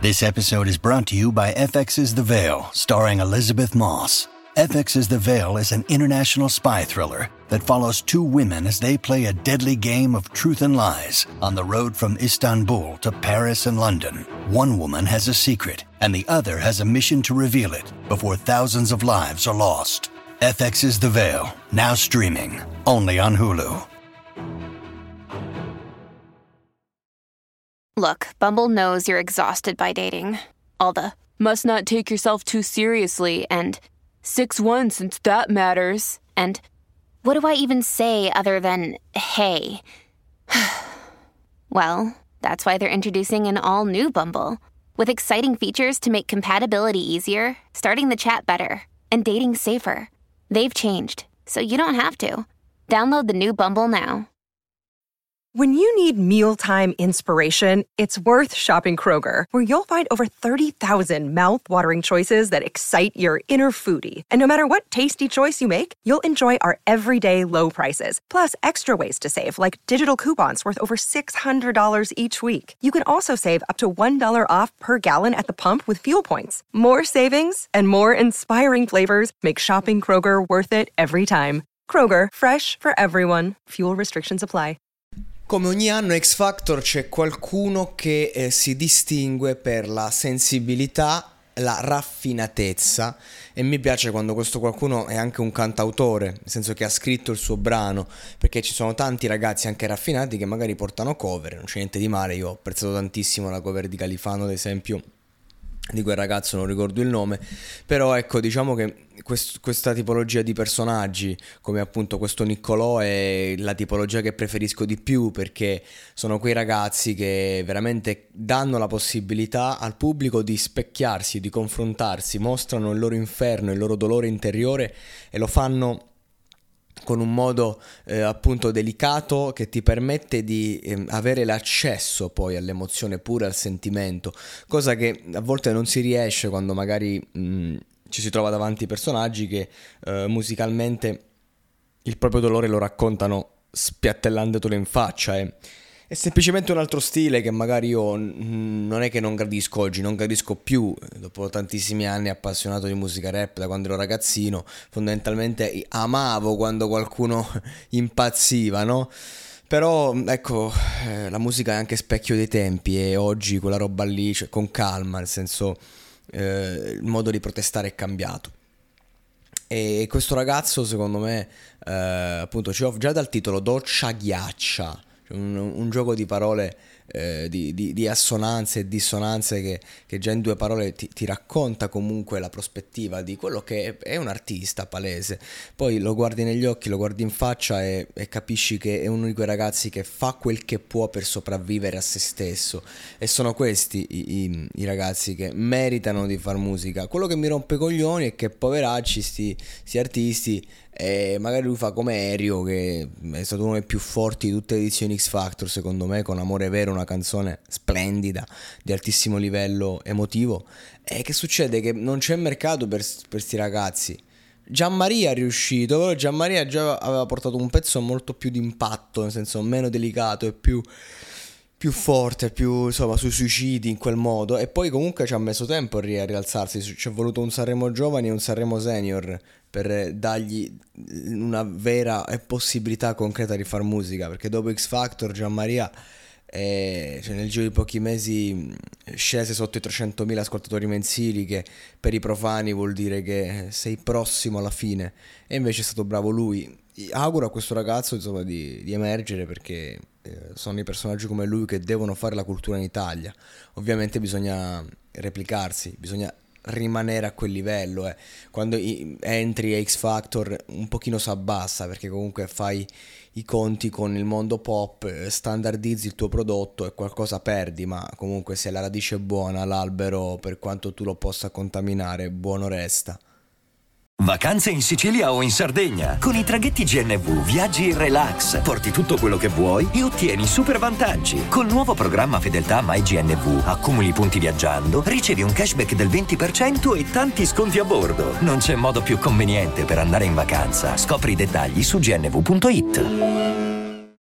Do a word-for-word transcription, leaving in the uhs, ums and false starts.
This episode is brought to you by F X's The Veil, starring Elizabeth Moss. F X's The Veil is an international spy thriller that follows two women as they play a deadly game of truth and lies on the road from Istanbul to Paris and London. One woman has a secret, and the other has a mission to reveal it before thousands of lives are lost. F X's The Veil, now streaming, only on Hulu. Look, Bumble knows you're exhausted by dating. All the, must not take yourself too seriously, and six one since that matters. And what do I even say other than, hey? Well, that's why they're introducing an all-new Bumble, with exciting features to make compatibility easier, starting the chat better, and dating safer. They've changed, so you don't have to. Download the new Bumble now. When you need mealtime inspiration, it's worth shopping Kroger, where you'll find over thirty thousand mouth-watering choices that excite your inner foodie. And no matter what tasty choice you make, you'll enjoy our everyday low prices, plus extra ways to save, like digital coupons worth over six hundred dollars each week. You can also save up to one dollar off per gallon at the pump with fuel points. More savings and more inspiring flavors make shopping Kroger worth it every time. Kroger, fresh for everyone. Fuel restrictions apply. Come ogni anno X Factor c'è qualcuno che eh, si distingue per la sensibilità, la raffinatezza, e mi piace quando questo qualcuno è anche un cantautore, nel senso che ha scritto il suo brano, perché ci sono tanti ragazzi anche raffinati che magari portano cover, non c'è niente di male. Io ho apprezzato tantissimo la cover di Califano, ad esempio, di quel ragazzo, non ricordo il nome, però ecco, diciamo che quest- questa tipologia di personaggi, come appunto questo Niccolò, è la tipologia che preferisco di più, perché sono quei ragazzi che veramente danno la possibilità al pubblico di specchiarsi, di confrontarsi, mostrano il loro inferno, il loro dolore interiore, e lo fanno con un modo eh, appunto delicato, che ti permette di eh, avere l'accesso poi all'emozione, pure al sentimento, cosa che a volte non si riesce quando magari mh, ci si trova davanti personaggi che eh, musicalmente il proprio dolore lo raccontano spiattellandotelo in faccia. eh. È semplicemente un altro stile che magari io non è che non gradisco oggi, non gradisco più, dopo tantissimi anni appassionato di musica rap da quando ero ragazzino. Fondamentalmente amavo quando qualcuno impazziva, no? Però ecco, eh, la musica è anche specchio dei tempi, e oggi quella roba lì, cioè, con calma, nel senso eh, il modo di protestare è cambiato. E questo ragazzo, secondo me, eh, appunto, cioè, già dal titolo Doccia Ghiaccia, Un, un gioco di parole, eh, di, di, di assonanze e dissonanze che, che già in due parole ti, ti racconta comunque la prospettiva di quello che è, è un artista palese. Poi lo guardi negli occhi, lo guardi in faccia e, e capisci che è uno di quei ragazzi che fa quel che può per sopravvivere a se stesso, e sono questi i, i, i ragazzi che meritano di far musica. Quello che mi rompe i coglioni è che poveracci sti, sti artisti, e magari lui fa come Erio, che è stato uno dei più forti di tutte le edizioni X Factor, secondo me, con Amore Vero, una canzone splendida di altissimo livello emotivo. E che succede? Che non c'è mercato per, per sti ragazzi. Gianmaria è riuscito, però Gianmaria già aveva portato un pezzo molto più d'impatto, nel senso meno delicato e più più forte, più insomma sui suicidi in quel modo, e poi comunque ci ha messo tempo a rialzarsi. Ci è voluto un Sanremo Giovani e un Sanremo Senior per dargli una vera possibilità concreta di far musica, perché dopo X Factor Gianmaria eh, cioè nel giro di pochi mesi scese sotto i trecentomila ascoltatori mensili, che per i profani vuol dire che sei prossimo alla fine, e invece è stato bravo lui. Auguro a questo ragazzo insomma di, di emergere, perché eh, sono i personaggi come lui che devono fare la cultura in Italia. Ovviamente bisogna replicarsi, bisogna rimanere a quel livello, eh. Quando i, entri a X Factor un pochino si abbassa, perché comunque fai i conti con il mondo pop, standardizzi il tuo prodotto e qualcosa perdi, ma comunque se la radice è buona, l'albero, per quanto tu lo possa contaminare, buono resta. Vacanze in Sicilia o in Sardegna. Con i traghetti G N V viaggi in relax, porti tutto quello che vuoi e ottieni super vantaggi. Col nuovo programma Fedeltà MyGNV accumuli punti viaggiando, ricevi un cashback del venti per cento e tanti sconti a bordo. Non c'è modo più conveniente per andare in vacanza. Scopri i dettagli su gnv punto it.